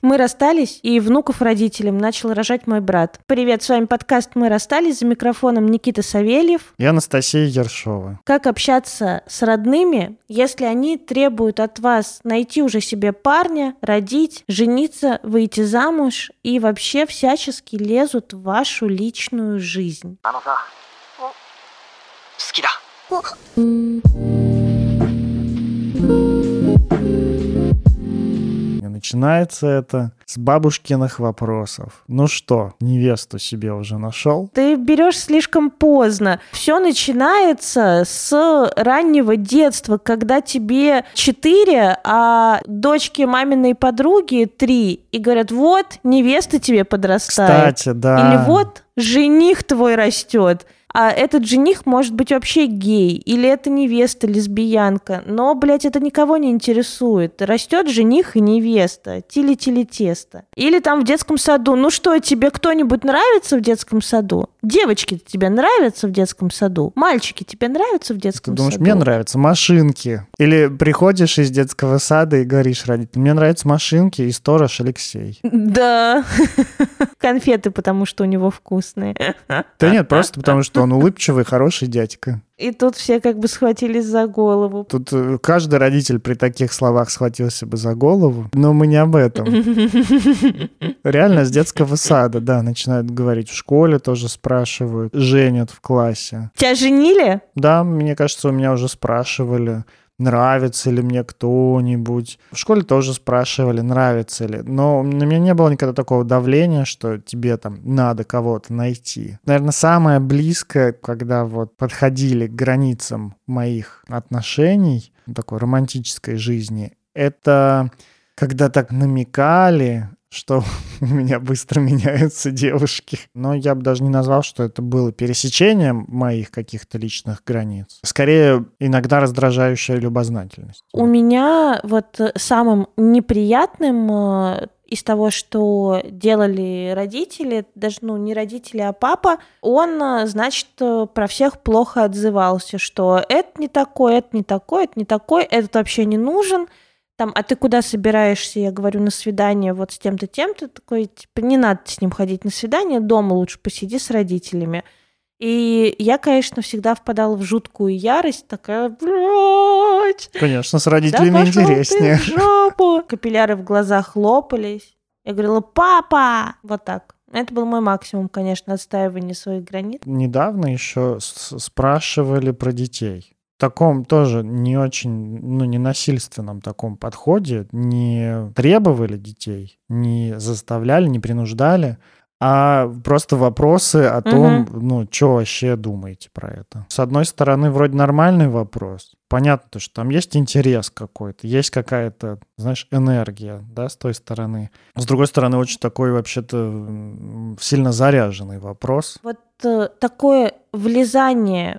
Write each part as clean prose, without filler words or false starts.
Мы расстались, и внуков родителям начал рожать мой брат. Привет, с вами подкаст «Мы расстались», за микрофоном Никита Савельев и Анастасия Ершова. Как общаться с родными, если они требуют от вас найти уже себе парня, родить, жениться, выйти замуж и вообще всячески лезут в вашу личную жизнь? Начинается это с бабушкиных вопросов. Ну что, невесту себе уже нашел? Ты берешь слишком поздно. Все начинается с раннего детства, когда тебе 4, а дочке маминой подруги 3. И говорят, вот, невеста тебе подрастает. Кстати, да. Или вот, жених твой растет. А этот жених может быть вообще гей, или это невеста, лесбиянка. Но, блядь, это никого не интересует. Растет жених и невеста. Тили-тили-тесто. Или там в детском саду. Ну что, тебе кто-нибудь нравится в детском саду? Девочки тебе нравятся в детском саду? Мальчики тебе нравятся в детском саду? Ты думаешь, мне нравятся машинки? Или приходишь из детского сада и говоришь родителям, мне нравятся машинки и сторож Алексей. Да. Конфеты, потому что у него вкусные. Да нет, просто потому что он улыбчивый, хороший дядька. И тут все как бы схватились за голову. Тут каждый родитель при таких словах схватился бы за голову, но мы не об этом. Реально с детского сада, да, начинают говорить. В школе тоже спрашивают, женят в классе. Тебя женили? Да, мне кажется, у меня уже спрашивали, нравится ли мне кто-нибудь. В школе тоже спрашивали, нравится ли. Но на меня не было никогда такого давления, что тебе там надо кого-то найти. Наверное, самое близкое, когда вот подходили к границам моих отношений, такой романтической жизни, это когда так намекали, что у меня быстро меняются девушки. Но я бы даже не назвал, что это было пересечением моих каких-то личных границ. Скорее, иногда раздражающая любознательность. У меня вот самым неприятным из того, что делали родители, даже не родители, а папа, он, значит, про всех плохо отзывался, что это не такое, это не такое, это не такое, этот вообще не нужен. Там, а ты куда собираешься? Я говорю, на свидание вот с тем-то, тем-то. Такой, типа, не надо с ним ходить на свидание, дома лучше посиди с родителями. И я, конечно, всегда впадала в жуткую ярость, такая, блядь. Конечно, с родителями да интереснее. Ты в жопу. Капилляры в глазах лопались. Я говорила, папа! Вот так. Это был мой максимум, конечно, отстаивания своих границ. Недавно еще спрашивали про детей. В таком тоже не очень, не насильственном таком подходе не требовали детей, не заставляли, не принуждали, а просто вопросы о том, что вообще думаете про это. С одной стороны, вроде нормальный вопрос. Понятно, что там есть интерес какой-то, есть какая-то, знаешь, энергия, да, с той стороны. С другой стороны, очень такой вообще-то сильно заряженный вопрос. Вот такое влезание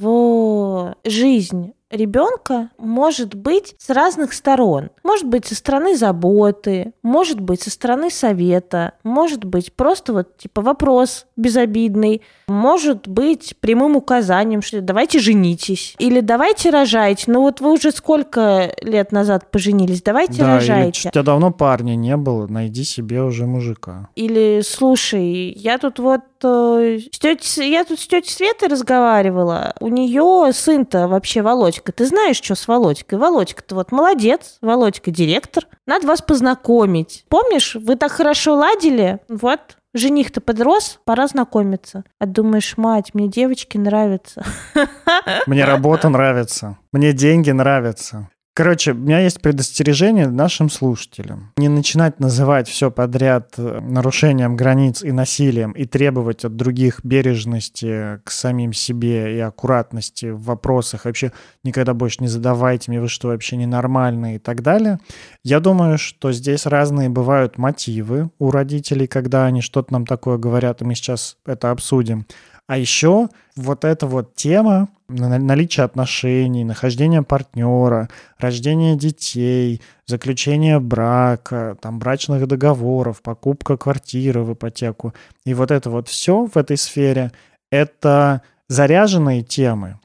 в жизнь ребенка может быть с разных сторон. Может быть со стороны заботы, может быть со стороны совета, может быть просто вот типа вопрос безобидный, может быть прямым указанием, что давайте женитесь или давайте рожайте. Ну вот вы уже сколько лет назад поженились, давайте рожайте. Или у тебя давно парня не было, найди себе уже мужика. Или слушай, я тут с тетей Светой разговаривала, у нее сын-то вообще Володька. Ты знаешь, что с Володькой? Володька-то вот молодец, Володька директор. Надо вас познакомить. Помнишь, вы так хорошо ладили? Вот, жених-то подрос, пора знакомиться. А думаешь, мать, мне девочки нравятся. Мне работа нравится, мне деньги нравятся. Короче, у меня есть предостережение нашим слушателям. Не начинать называть все подряд нарушением границ и насилием и требовать от других бережности к самим себе и аккуратности в вопросах. Вообще никогда больше не задавайте мне, вы что, вообще ненормальные и так далее. Я думаю, что здесь разные бывают мотивы у родителей, когда они что-то нам такое говорят, и мы сейчас это обсудим. А еще вот эта вот тема наличия отношений, нахождения партнера, рождения детей, заключение брака, там, брачных договоров, покупка квартиры в ипотеку. И вот это вот все в этой сфере – это заряженные темы.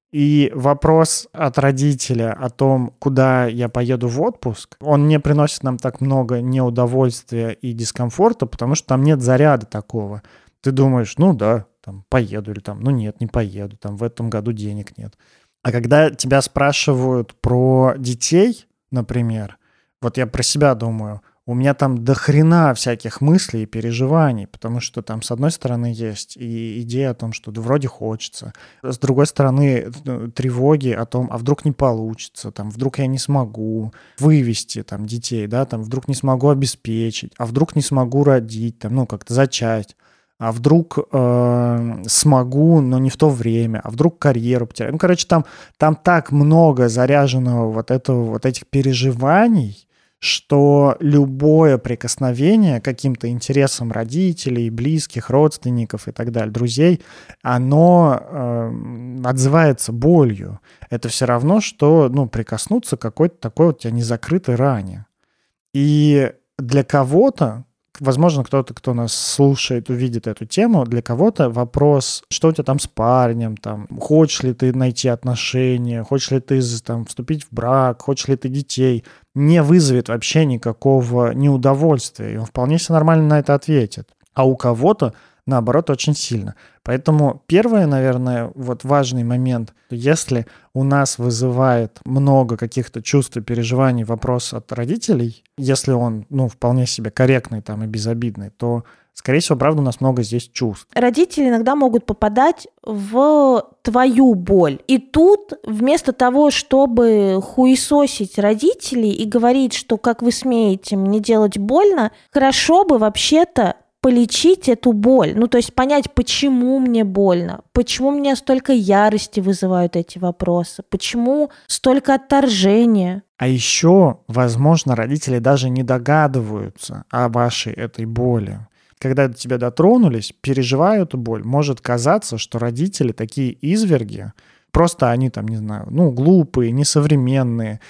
И вопрос от родителя о том, куда я поеду в отпуск, он не приносит нам так много неудовольствия и дискомфорта, потому что там нет заряда такого. Ты думаешь, ну да, там поеду, или там, ну нет, не поеду, там в этом году денег нет. А когда тебя спрашивают про детей, например, вот я про себя думаю, у меня там до хрена всяких мыслей и переживаний, потому что там с одной стороны есть и идея о том, что да вроде хочется, с другой стороны тревоги о том, а вдруг не получится, там вдруг я не смогу вывести там детей, да, там вдруг не смогу обеспечить, а вдруг не смогу родить, там, ну как-то зачать. А вдруг смогу, но не в то время, а вдруг карьеру потеряю. Ну, короче, там так много заряженного вот этих переживаний, что любое прикосновение к каким-то интересам родителей, близких, родственников и так далее, друзей, оно отзывается болью. Это все равно, что прикоснуться к какой-то такой вот у тебя незакрытой ране. И для кого-то, возможно, кто-то, кто нас слушает, увидит эту тему, для кого-то вопрос, что у тебя там с парнем, там, хочешь ли ты найти отношения, хочешь ли ты там вступить в брак, хочешь ли ты детей, не вызовет вообще никакого неудовольствия, и он вполне себе нормально на это ответит. А у кого-то, наоборот, очень сильно. Поэтому первое, наверное, вот важный момент, если у нас вызывает много каких-то чувств и переживаний вопрос от родителей, если он, вполне себе корректный там и безобидный, то, скорее всего, правда, у нас много здесь чувств. Родители иногда могут попадать в твою боль. И тут вместо того, чтобы хуесосить родителей и говорить, что как вы смеете мне делать больно, хорошо бы вообще-то полечить эту боль. То есть понять, почему мне больно, почему меня столько ярости вызывают эти вопросы, почему столько отторжения. А еще, возможно, родители даже не догадываются о вашей этой боли. Когда до тебя дотронулись, переживая эту боль, может казаться, что родители такие изверги, просто они там, не знаю, глупые, несовременные,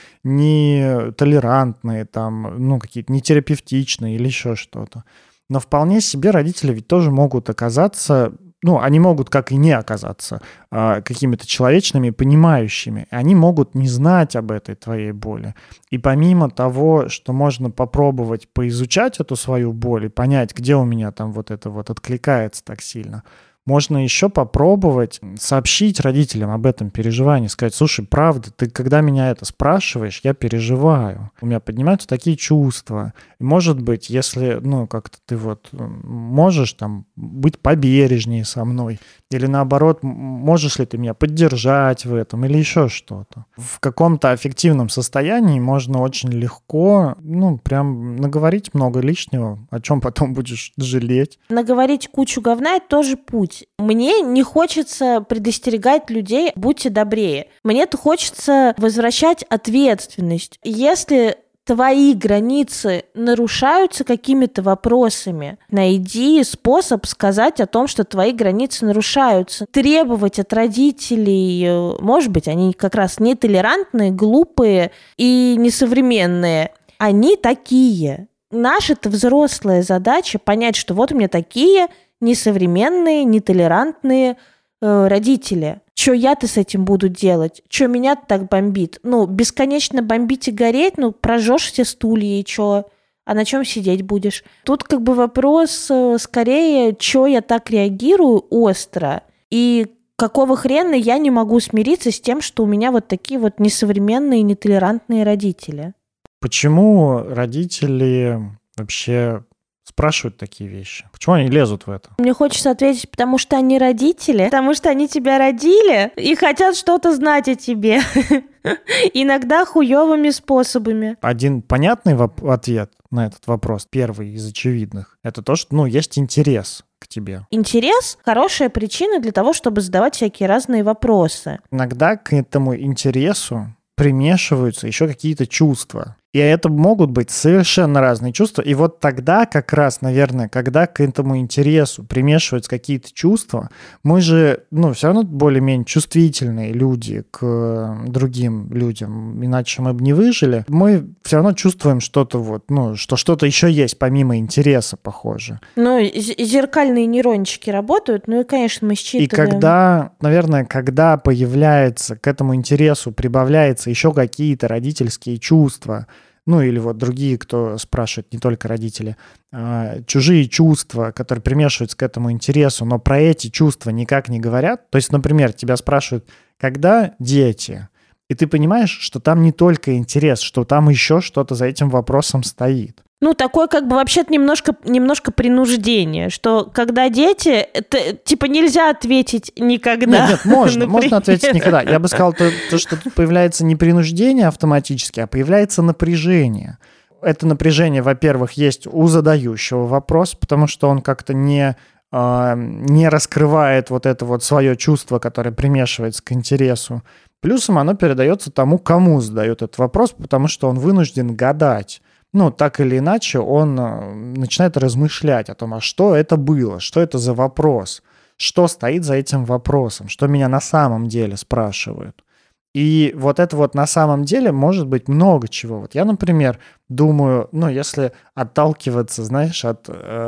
нетолерантные, там, какие-то нетерапевтичные или еще что-то. Но вполне себе родители ведь тоже могут оказаться, они могут, как и не оказаться, какими-то человечными и понимающими. Они могут не знать об этой твоей боли. И помимо того, что можно попробовать поизучать эту свою боль и понять, где у меня там вот это вот откликается так сильно, можно еще попробовать сообщить родителям об этом переживании, сказать, слушай, правда, ты когда меня это спрашиваешь, я переживаю. У меня поднимаются такие чувства. И может быть, если, как-то ты вот можешь там быть побережнее со мной, или наоборот, можешь ли ты меня поддержать в этом, или еще что-то. В каком-то аффективном состоянии можно очень легко, прям наговорить много лишнего, о чем потом будешь жалеть. Наговорить кучу говна – это тоже путь. Мне не хочется предостерегать людей, будьте добрее. Мне-то хочется возвращать ответственность. Если твои границы нарушаются какими-то вопросами, найди способ сказать о том, что твои границы нарушаются. Требовать от родителей, может быть, они как раз нетолерантные, глупые и несовременные. Они такие. Наша-то взрослая задача понять, что вот у меня такие несовременные, нетолерантные родители. Что я-то с этим буду делать? Что меня-то так бомбит? Бесконечно бомбить и гореть, прожжешь все стулья и что? А на чем сидеть будешь? Тут вопрос скорее, что я так реагирую остро, и какого хрена я не могу смириться с тем, что у меня вот такие вот несовременные, нетолерантные родители. Почему родители вообще спрашивают такие вещи? Почему они лезут в это? Мне хочется ответить, потому что они родители, потому что они тебя родили и хотят что-то знать о тебе. Иногда хуёвыми способами. Один понятный ответ на этот вопрос, первый из очевидных, это то, что, есть интерес к тебе. Интерес – хорошая причина для того, чтобы задавать всякие разные вопросы. Иногда к этому интересу примешиваются еще какие-то чувства. И это могут быть совершенно разные чувства. И вот тогда как раз, наверное, когда к этому интересу примешиваются какие-то чувства, мы же, все равно более-менее чувствительные люди к другим людям, иначе мы бы не выжили. Мы все равно чувствуем что-то что что-то еще есть помимо интереса, похоже. Зеркальные нейрончики работают, и, конечно, мы считываем. И когда появляется к этому интересу, прибавляется еще какие-то родительские чувства, или другие, кто спрашивает, не только родители, чужие чувства, которые примешиваются к этому интересу, но про эти чувства никак не говорят. То есть, например, тебя спрашивают, когда дети? И ты понимаешь, что там не только интерес, что там еще что-то за этим вопросом стоит. Такое вообще-то немножко принуждение, что когда дети, это, нельзя ответить никогда. Нет, можно ответить никогда. Я бы сказал, что тут появляется не принуждение автоматически, а появляется напряжение. Это напряжение, во-первых, есть у задающего вопрос, потому что он как-то не раскрывает это свое чувство, которое примешивается к интересу. Плюсом оно передается тому, кому задает этот вопрос, потому что он вынужден гадать. Так или иначе, он начинает размышлять о том, а что это было, что это за вопрос, что стоит за этим вопросом, что меня на самом деле спрашивают. И это на самом деле может быть много чего. Я, например, думаю, если отталкиваться, знаешь, от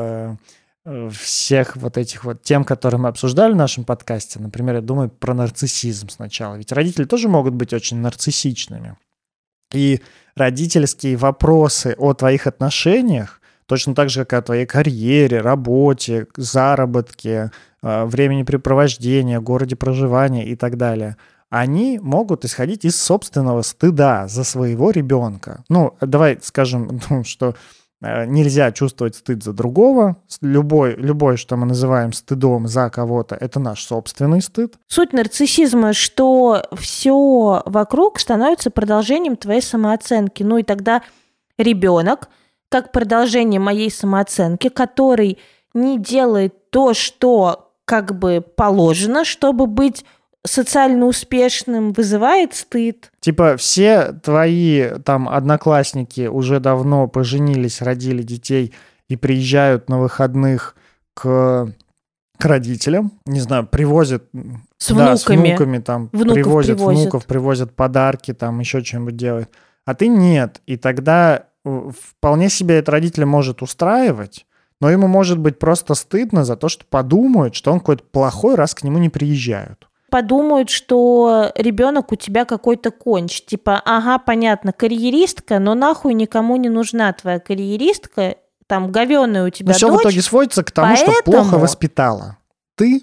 всех этих тем, которые мы обсуждали в нашем подкасте, например, я думаю про нарциссизм сначала. Ведь родители тоже могут быть очень нарциссичными. И родительские вопросы о твоих отношениях, точно так же, как о твоей карьере, работе, заработке, времяпрепровождении, городе проживания и так далее, они могут исходить из собственного стыда за своего ребенка. Давай скажем, что нельзя чувствовать стыд за другого. Любой, что мы называем стыдом за кого-то, это наш собственный стыд. Суть нарциссизма, что все вокруг становится продолжением твоей самооценки. И тогда ребенок, как продолжение моей самооценки, который не делает то, что положено, чтобы быть социально успешным, вызывает стыд. Все твои одноклассники уже давно поженились, родили детей и приезжают на выходных к родителям, не знаю, привозят с внуками, привозят внуков, привозят подарки, еще что-нибудь делают. А ты нет. И тогда вполне себе это родителя может устраивать, но ему может быть просто стыдно за то, что подумают, что он какой-то плохой, раз к нему не приезжают. Подумают, что ребенок у тебя какой-то конч. Ага, понятно, карьеристка, но нахуй никому не нужна твоя карьеристка, говёная у тебя дочь. Но все в итоге сводится к тому, что плохо воспитала. Ты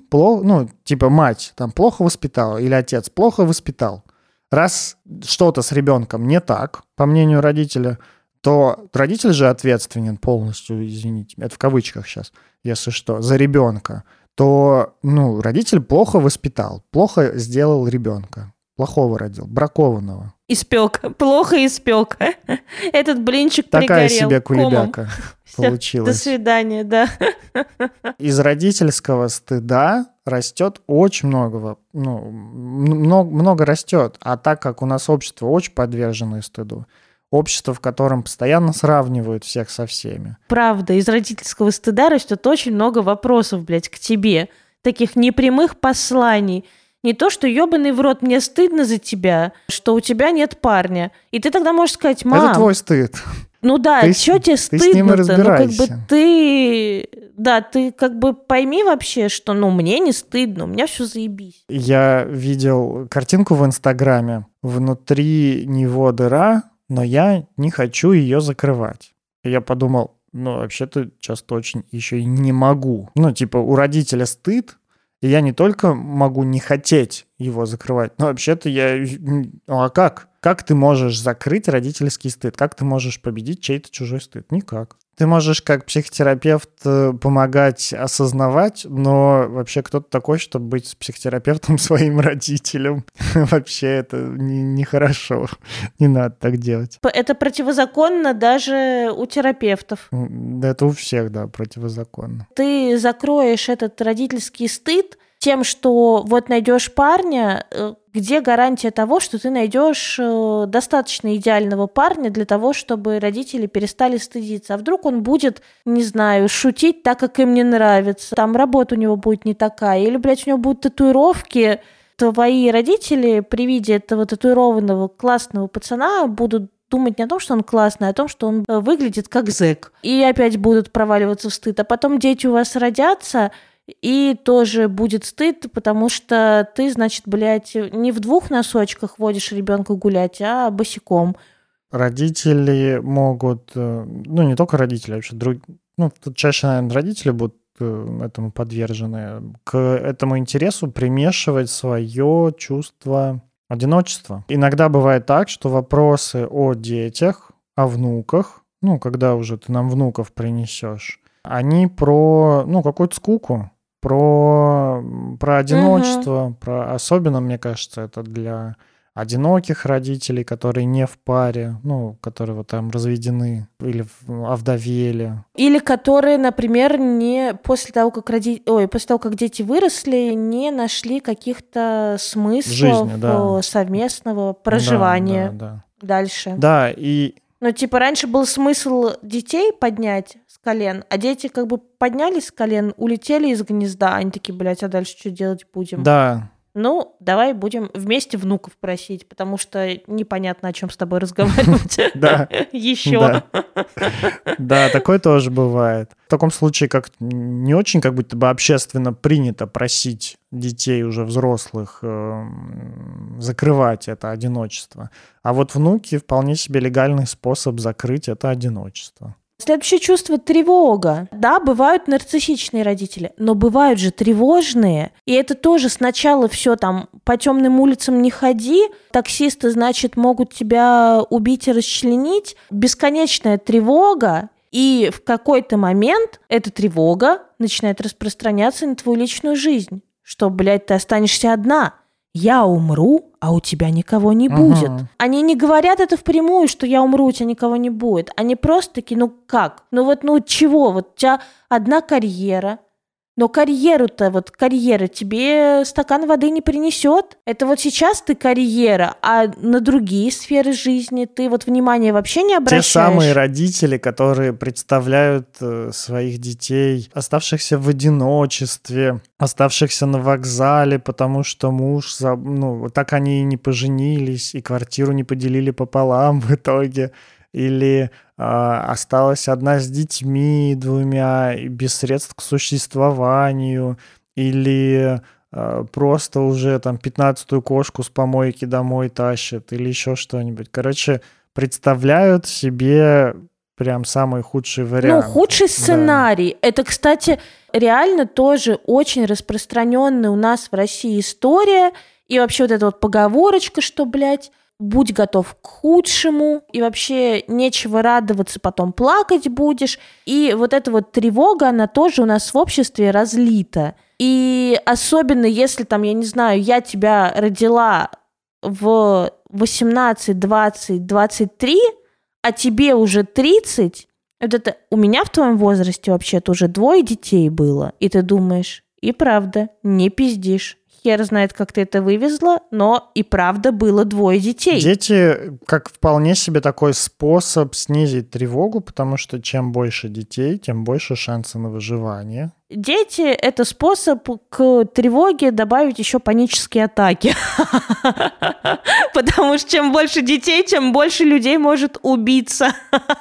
мать плохо воспитала или отец плохо воспитал. Раз что-то с ребенком не так, по мнению родителя, то родитель же ответственен полностью, извините, это в кавычках сейчас, если что, за ребенка. То, родитель плохо воспитал, плохо сделал ребенка, плохого родил, бракованного. Плохо испек. Этот блинчик пригорел. Такая себе кулебяка получилась. До свидания, да. Из родительского стыда растет очень много растет. А так как у нас общество очень подвержено стыду, общество, в котором постоянно сравнивают всех со всеми. Правда, из родительского стыда растет очень много вопросов, к тебе. Таких непрямых посланий. Не то, что ёбаный в рот, мне стыдно за тебя, что у тебя нет парня. И ты тогда можешь сказать, мам... Это твой стыд. Чё тебе стыдно-то? Ты с ним и разбирайся. Ты пойми вообще, что, мне не стыдно, у меня все заебись. Я видел картинку в Инстаграме. Внутри него дыра, но я не хочу ее закрывать. И я подумал, вообще-то часто очень еще и не могу. У родителя стыд, и я не только могу не хотеть его закрывать, но вообще-то а как? Как ты можешь закрыть родительский стыд? Как ты можешь победить чей-то чужой стыд? Никак. Ты можешь как психотерапевт помогать осознавать, но вообще кто-то такой, чтобы быть психотерапевтом своим родителям. Вообще это нехорошо. Не надо так делать. Это противозаконно даже у терапевтов. Это у всех, да, противозаконно. Ты закроешь этот родительский стыд тем, что найдешь парня, Где гарантия того, что ты найдешь достаточно идеального парня для того, чтобы родители перестали стыдиться? А вдруг он будет, не знаю, шутить так, как им не нравится, там работа у него будет не такая, или, блядь, у него будут татуировки. Твои родители при виде этого татуированного классного пацана будут думать не о том, что он классный, а о том, что он выглядит как зэк. И опять будут проваливаться в стыд. А потом дети у вас родятся, и тоже будет стыд, потому что ты, значит, блядь, не в 2 носочках водишь ребенка гулять, а босиком. Родители могут, ну, не только родители, вообще тут чаще, наверное, родители будут этому подвержены, к этому интересу примешивать свое чувство одиночества. Иногда бывает так, что вопросы о детях, о внуках, ну, когда уже ты нам внуков принесешь, они про, ну, какую-то скуку, про одиночество, особенно, мне кажется, это для одиноких родителей, которые не в паре, ну, которые вот там разведены или овдовели. Или которые, например, не после того, как после того, как дети выросли, не нашли каких-то смыслов жизни, совместного проживания дальше. Да, и... Ну, типа, раньше был смысл детей поднять с колен, а дети как бы поднялись с колен, улетели из гнезда, они такие, блядь, а дальше что делать будем? Да. Ну, давай будем вместе внуков просить, потому что непонятно, о чем с тобой разговаривать. Да. Еще. Да, такое тоже бывает. В таком случае как не очень как будто бы общественно принято просить детей уже взрослых закрывать это одиночество. А вот внуки вполне себе легальный способ закрыть это одиночество. Следующее чувство — тревога. Да, бывают нарциссичные родители, но бывают же тревожные. И это тоже сначала все там по темным улицам не ходи, таксисты, значит, могут тебя убить и расчленить. Бесконечная тревога, и в какой-то момент эта тревога начинает распространяться на твою личную жизнь. Что, блядь, ты останешься одна. Я умру, а у тебя никого не будет. Они не говорят это впрямую, что я умру, у тебя никого не будет. Они просто такие, ну как? Ну чего? Вот у тебя одна карьера, но карьера тебе стакан воды не принесет. Это вот сейчас ты карьера, а на другие сферы жизни ты вот внимания вообще не обращаешь. Те самые родители, которые представляют своих детей, оставшихся в одиночестве, оставшихся на вокзале, потому что муж, так они и не поженились, и квартиру не поделили пополам в итоге. Или осталась одна с детьми 2, без средств к существованию, или просто уже там 15-ю кошку с помойки домой тащат, или еще что-нибудь. Короче, представляют себе прям самый худший вариант. Ну, худший сценарий. Да. Это, кстати, реально тоже очень распространенная у нас в России история. И вообще вот эта вот поговорочка, что, блядь, будь готов к худшему, и вообще нечего радоваться, потом плакать будешь. И вот эта вот тревога, она тоже у нас в обществе разлита. И особенно если там, я не знаю, я тебя родила в 18, 20, 23, а тебе уже 30, вот это у меня в твоем возрасте вообще-то уже 2 детей было. И ты думаешь, и правда, не пиздишь. Хер знает, как ты это вывезла, но и правда было 2 детей. Дети как вполне себе такой способ снизить тревогу, потому что чем больше детей, тем больше шанса на выживание. Дети — это способ к тревоге добавить еще панические атаки. Потому что чем больше детей, тем больше людей может убиться.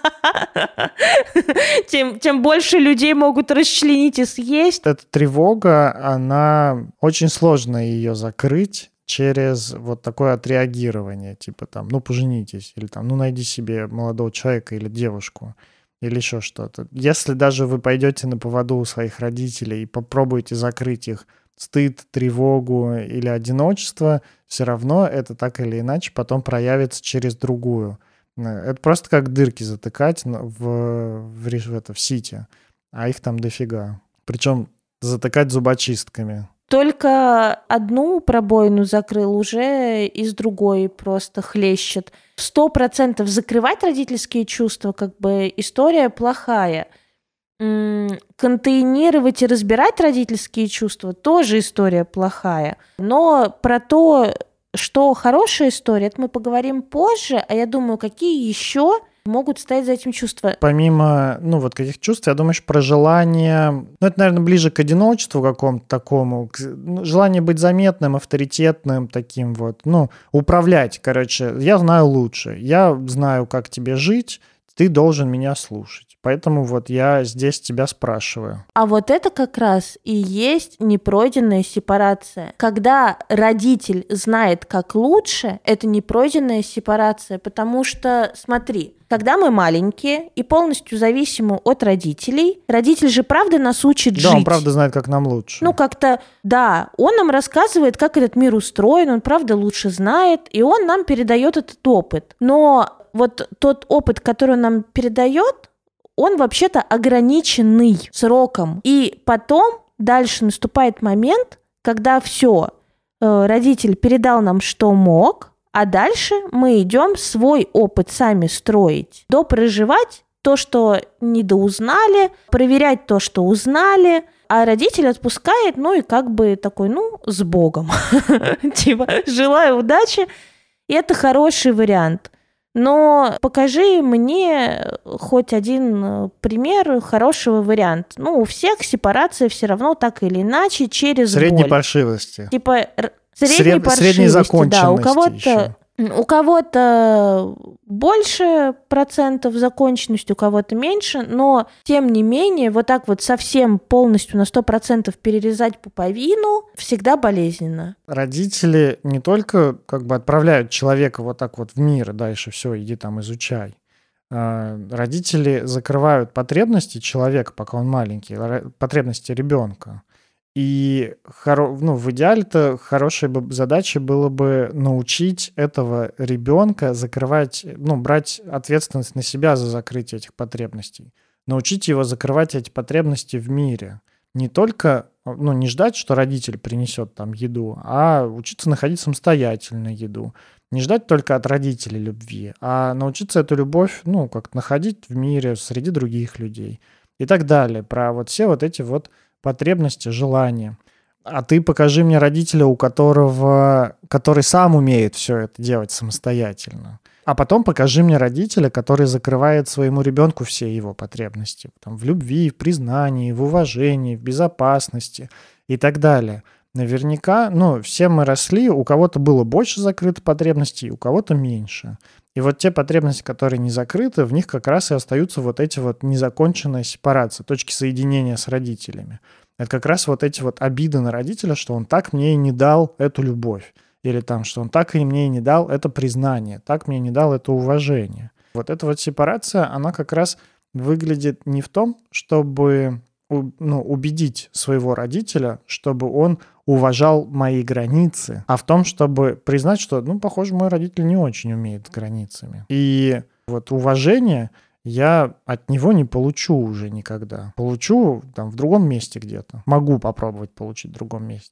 Тем больше людей могут расчленить и съесть. Эта тревога, она очень сложно ее закрыть через вот такое отреагирование, типа там, поженитесь, или там, найди себе молодого человека или девушку. Или еще что-то. Если даже вы пойдете на поводу у своих родителей и попробуете закрыть их стыд, тревогу или одиночество, все равно это так или иначе потом проявится через другую. Это просто как дырки затыкать в сите, а их там дофига. Причем затыкать зубочистками. Только одну пробоину закрыл, уже из другой просто хлещет. 100% закрывать родительские чувства, как бы история плохая. Контейнировать и разбирать родительские чувства тоже история плохая. Но про то, что хорошая история, это мы поговорим позже, а я думаю, какие еще могут стоять за этим чувства. Помимо, каких чувств, я думаю, про желание, это, наверное, ближе к одиночеству какому-то такому, желание быть заметным, авторитетным таким управлять, я знаю лучше, я знаю, как тебе жить, ты должен меня слушать. Поэтому я здесь тебя спрашиваю. А вот это как раз и есть непройденная сепарация. Когда родитель знает, как лучше, это непройденная сепарация, потому что, смотри, когда мы маленькие и полностью зависимы от родителей, родитель же правда нас учит жить. Да, он правда знает, как нам лучше. Он нам рассказывает, как этот мир устроен, он правда лучше знает, и он нам передает этот опыт. Но вот тот опыт, который он нам передает, он вообще-то ограниченный сроком. И потом дальше наступает момент, когда все, родитель передал нам, что мог, а дальше мы идем свой опыт сами строить. Допроживать то, что недоузнали, проверять то, что узнали, а родитель отпускает, такой, с Богом. Желаю удачи, и это хороший вариант. Но покажи мне хоть один пример хорошего варианта. У всех сепарация все равно так или иначе через средней боль. паршивости. Средней паршивости, средней законченности да. У кого-то больше процентов законченности, у кого-то меньше, но тем не менее вот так совсем полностью на 100% перерезать пуповину всегда болезненно. Родители не только отправляют человека в мир, дальше все, иди там изучай. Родители закрывают потребности человека, пока он маленький, потребности ребенка. И в идеале-то хорошей задачей было бы научить этого ребенка закрывать, брать ответственность на себя за закрытие этих потребностей. Научить его закрывать эти потребности в мире. Не только, не ждать, что родитель принесет там еду, а учиться находить самостоятельно еду. Не ждать только от родителей любви, а научиться эту любовь, как-то находить в мире, среди других людей и так далее. Про все эти потребности, желания. А ты покажи мне родителя, который сам умеет все это делать самостоятельно. А потом покажи мне родителя, который закрывает своему ребенку все его потребности. В любви, в признании, в уважении, в безопасности и так далее. Наверняка, все мы росли, у кого-то было больше закрыто потребностей, у кого-то меньше. И те потребности, которые не закрыты, в них как раз и остаются эти незаконченные сепарации, точки соединения с родителями. Это как раз эти обиды на родителя, что он так мне и не дал эту любовь. Или что он так и мне и не дал это признание, так мне не дал это уважение. Эта сепарация, она как раз выглядит не в том, чтобы убедить своего родителя, чтобы он уважал мои границы, а в том, чтобы признать, что, похоже, мой родитель не очень умеет с границами. И уважение я от него не получу уже никогда. Получу в другом месте где-то. Могу попробовать получить в другом месте.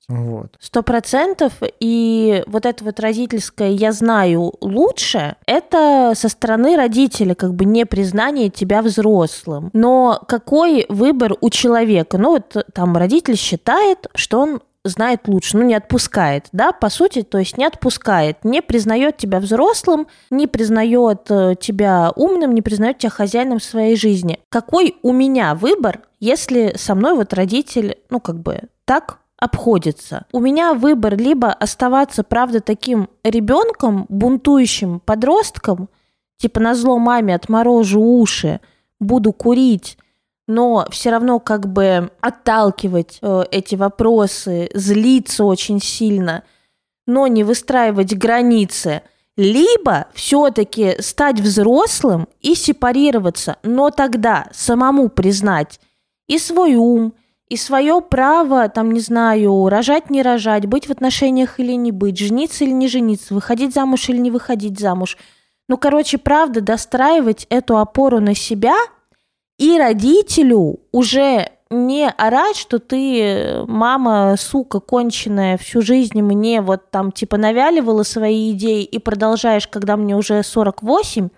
100%. И это родительское «я знаю лучше» — это со стороны родителя, непризнание тебя взрослым. Но какой выбор у человека? Родитель считает, что он знает лучше, не отпускает, да, по сути, то есть не отпускает, не признает тебя взрослым, не признает тебя умным, не признает тебя хозяином своей жизни. Какой у меня выбор, если со мной родитель, так обходится? У меня выбор либо оставаться, правда, таким ребенком, бунтующим подростком, назло маме отморожу уши, буду курить, но все равно отталкивать эти вопросы, злиться очень сильно, но не выстраивать границы, либо все-таки стать взрослым и сепарироваться, но тогда самому признать и свой ум, и свое право, рожать, не рожать, быть в отношениях или не быть, жениться или не жениться, выходить замуж или не выходить замуж. Правда, достраивать эту опору на себя и родителю уже не орать, что ты, мама, сука, конченая, всю жизнь мне навяливала свои идеи и продолжаешь, когда мне уже 48,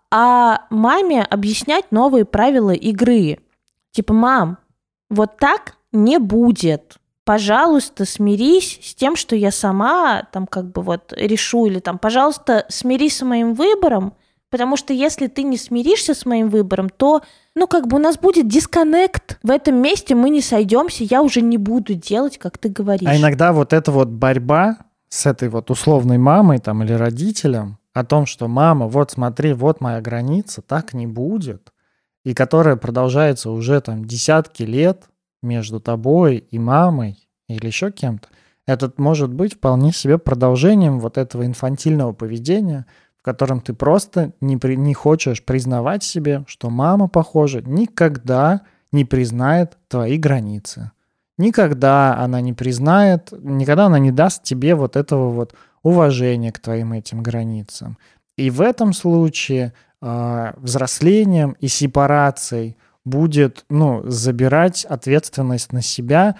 а маме объяснять новые правила игры. Мам, так не будет. пожалуйста, смирись с тем, что я сама там как бы вот решу, или там, пожалуйста, смирись с моим выбором, потому что если ты не смиришься с моим выбором, то, ну, как бы у нас будет дисконнект. В этом месте мы не сойдемся, я уже не буду делать, как ты говоришь. А иногда вот эта вот борьба с этой вот условной мамой там или родителем о том, что мама, вот смотри, вот моя граница, так не будет, и которая продолжается уже там десятки лет между тобой и мамой или еще кем-то, это может быть вполне себе продолжением вот этого инфантильного поведения, в котором ты просто не хочешь признавать себе, что мама, похоже, никогда не признает твои границы. Никогда она не признает, никогда она не даст тебе вот этого вот уважения к твоим этим границам. И в этом случае взрослением и сепарацией будет, забирать ответственность на себя,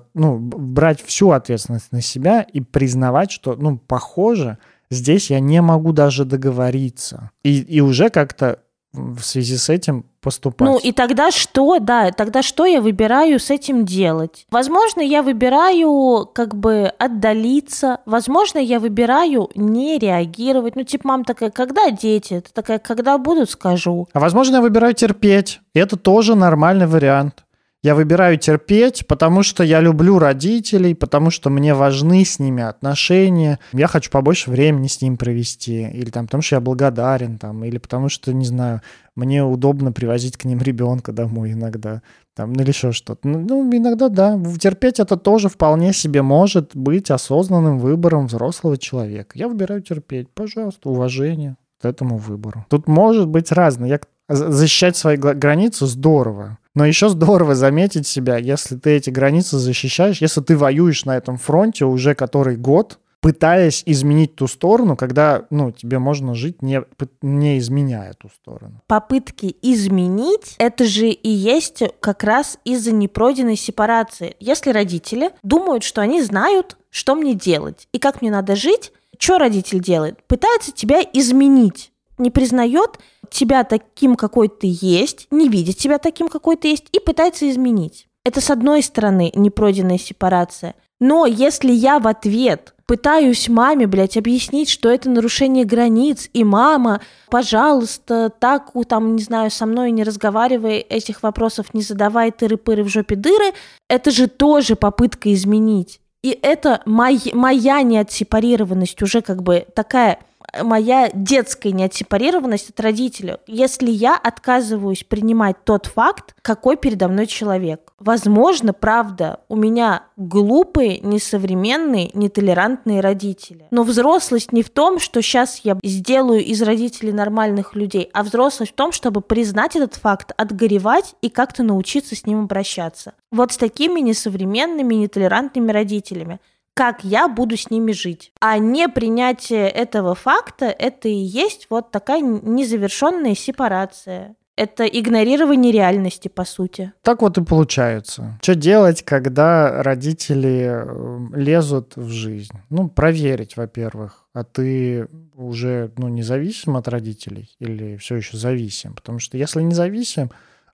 брать всю ответственность на себя и признавать, что, похоже, здесь я не могу даже договориться. И уже как-то в связи с этим поступать. Ну и тогда что, тогда что я выбираю с этим делать? Возможно, я выбираю как бы отдалиться, возможно, я выбираю не реагировать. Ну типа мама такая, когда дети? Ты такая, когда будут, скажу. А возможно, я выбираю терпеть. И это тоже нормальный вариант. Я выбираю терпеть, потому что я люблю родителей, потому что мне важны с ними отношения. Я хочу побольше времени с ними провести. Или там, потому что я благодарен. Там, или потому что, не знаю, мне удобно привозить к ним ребенка домой иногда. Там, или еще что-то. Иногда да. Терпеть это тоже вполне себе может быть осознанным выбором взрослого человека. Я выбираю терпеть. Пожалуйста, уважение к этому выбору. Тут может быть разное. Защищать свои границы здорово. Но еще здорово заметить себя, если ты эти границы защищаешь, если ты воюешь на этом фронте уже который год, пытаясь изменить ту сторону, когда, тебе можно жить, не изменяя ту сторону. Попытки изменить, это же и есть как раз из-за непройденной сепарации. Если родители думают, что они знают, что мне делать и как мне надо жить, что родитель делает? Пытается тебя изменить. Не признает тебя таким, какой ты есть, не видит тебя таким, какой ты есть, и пытается изменить. Это, с одной стороны, непройденная сепарация. Но если я в ответ пытаюсь маме, объяснить, что это нарушение границ, и мама, пожалуйста, так, не знаю, со мной не разговаривай, этих вопросов не задавай, тыры-пыры в жопе дыры, это же тоже попытка изменить. И это моя неотсепарированность уже как бы такая... моя детская неотсепарированность от родителя, если я отказываюсь принимать тот факт, какой передо мной человек. Возможно, правда, у меня глупые, несовременные, нетолерантные родители. Но взрослость не в том, что сейчас я сделаю из родителей нормальных людей, а взрослость в том, чтобы признать этот факт, отгоревать и как-то научиться с ним обращаться. Вот с такими несовременными, нетолерантными родителями. Как я буду с ними жить. А непринятие этого факта, это и есть вот такая незавершенная сепарация. Это игнорирование реальности, по сути. Так вот и получается. Что делать, когда родители лезут в жизнь? Проверить, во-первых, а ты уже независим от родителей или все еще зависим? Потому что если независим,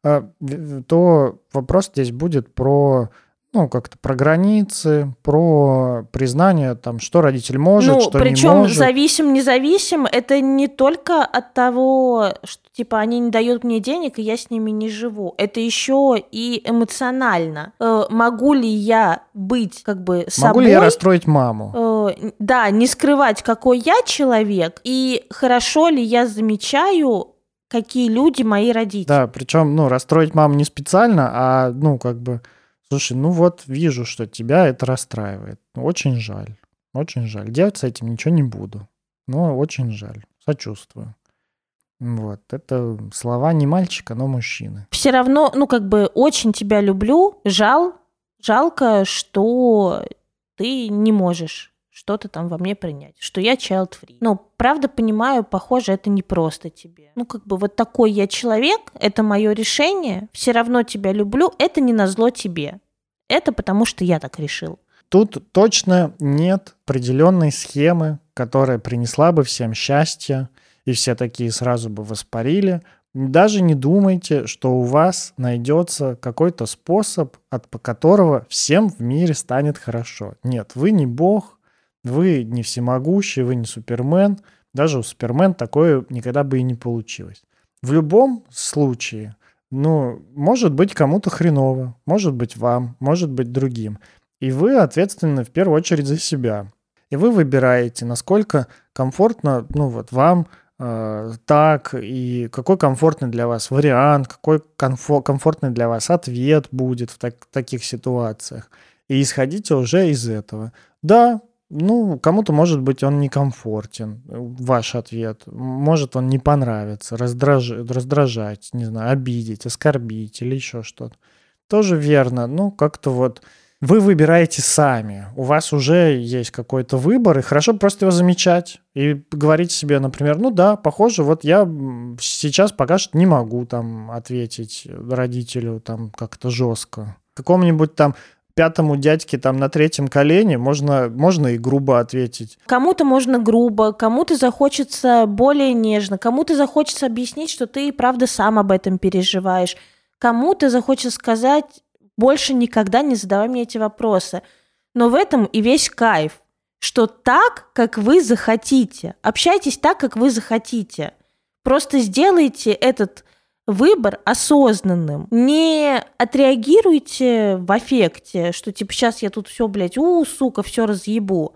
то вопрос здесь будет про... как-то про границы, про признание, что родитель может, что не может. Причем зависим-независим, это не только от того, что, они не дают мне денег, и я с ними не живу. Это еще и эмоционально. Могу ли я быть, собой? Могу ли я расстроить маму? Да, не скрывать, какой я человек, и хорошо ли я замечаю, какие люди мои родители. Да, причем, расстроить маму не специально, а, слушай, вижу, что тебя это расстраивает. Очень жаль, очень жаль. Делать с этим ничего не буду. Но очень жаль, сочувствую. Вот, это слова не мальчика, но мужчины. Все равно, очень тебя люблю, жалко, что ты не можешь что-то там во мне принять, что я child-free. Но, правда, понимаю, похоже, это не просто тебе. Вот такой я человек, это мое решение, все равно тебя люблю, это не назло тебе. Это потому, что я так решил. Тут точно нет определенной схемы, которая принесла бы всем счастье, и все такие сразу бы воспарили. Даже не думайте, что у вас найдется какой-то способ, от которого всем в мире станет хорошо. Нет, вы не бог, вы не всемогущий, вы не Супермен. Даже у Супермена такое никогда бы и не получилось. В любом случае, может быть кому-то хреново, может быть вам, может быть другим. И вы ответственны в первую очередь за себя. И вы выбираете, насколько комфортно, вам так, и какой комфортный для вас вариант, какой комфортный для вас ответ будет в таких ситуациях. И исходите уже из этого. Да, кому-то, может быть, он некомфортен, ваш ответ. Может, он не понравится, раздражать, не знаю, обидеть, оскорбить или еще что-то. Тоже верно. Как-то вы выбираете сами. У вас уже есть какой-то выбор, и хорошо просто его замечать. И говорить себе, например, похоже, я сейчас пока что не могу ответить родителю как-то жестко. Какому-нибудь пятому дядьке на третьем колене можно и грубо ответить. Кому-то можно грубо, кому-то захочется более нежно, кому-то захочется объяснить, что ты и правда сам об этом переживаешь. Кому-то захочется сказать: больше никогда не задавай мне эти вопросы. Но в этом и весь кайф, что так, как вы захотите. Общайтесь так, как вы захотите. Просто сделайте этот выбор осознанным. Не отреагируйте в аффекте, что сейчас я тут все, сука, все разъебу.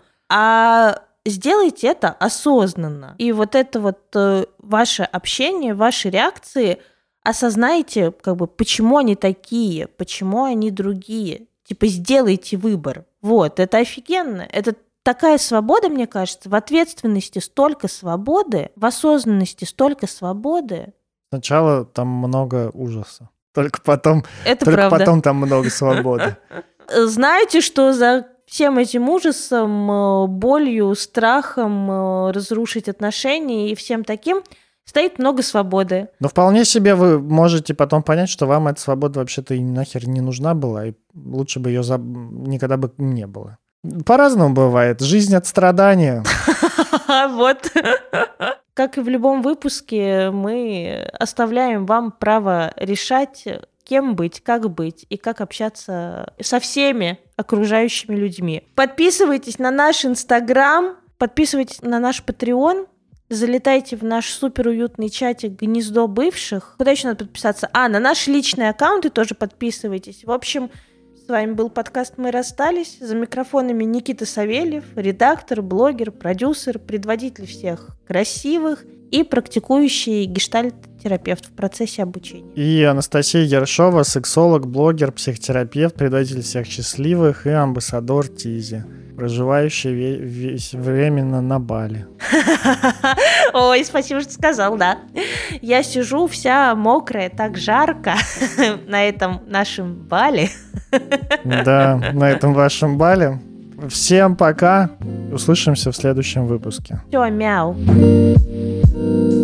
А сделайте это осознанно. И это ваше общение, ваши реакции – осознайте, почему они такие, почему они другие. Сделайте выбор. Это офигенно. Это такая свобода, мне кажется. В ответственности столько свободы, в осознанности столько свободы. Сначала там много ужаса. Только потом там много свободы. Знаете, что за всем этим ужасом, болью, страхом разрушить отношения и всем таким стоит много свободы. Но вполне себе вы можете потом понять, что вам эта свобода вообще-то и нахер не нужна была, и лучше бы ее никогда бы не было. По-разному бывает. Жизнь от страдания. Как и в любом выпуске, мы оставляем вам право решать, кем быть, и как общаться со всеми окружающими людьми. Подписывайтесь на наш Инстаграм, подписывайтесь на наш Patreon, залетайте в наш суперуютный чатик «Гнездо бывших». Куда еще надо подписаться? На наши личные аккаунты тоже подписывайтесь. В общем, с вами был подкаст «Мы расстались». За микрофонами Никита Савельев, редактор, блогер, продюсер, предводитель всех красивых и практикующий гештальт-терапевт в процессе обучения. И Анастасия Ершова, сексолог, блогер, психотерапевт, предводитель всех счастливых и амбассадор Тизи, проживающий временно на Бали. Ой, спасибо, что сказал, да. Я сижу вся мокрая, так жарко на этом нашем Бали. Да, на этом вашем Бали. Всем пока. Услышимся в следующем выпуске. Все, мяу.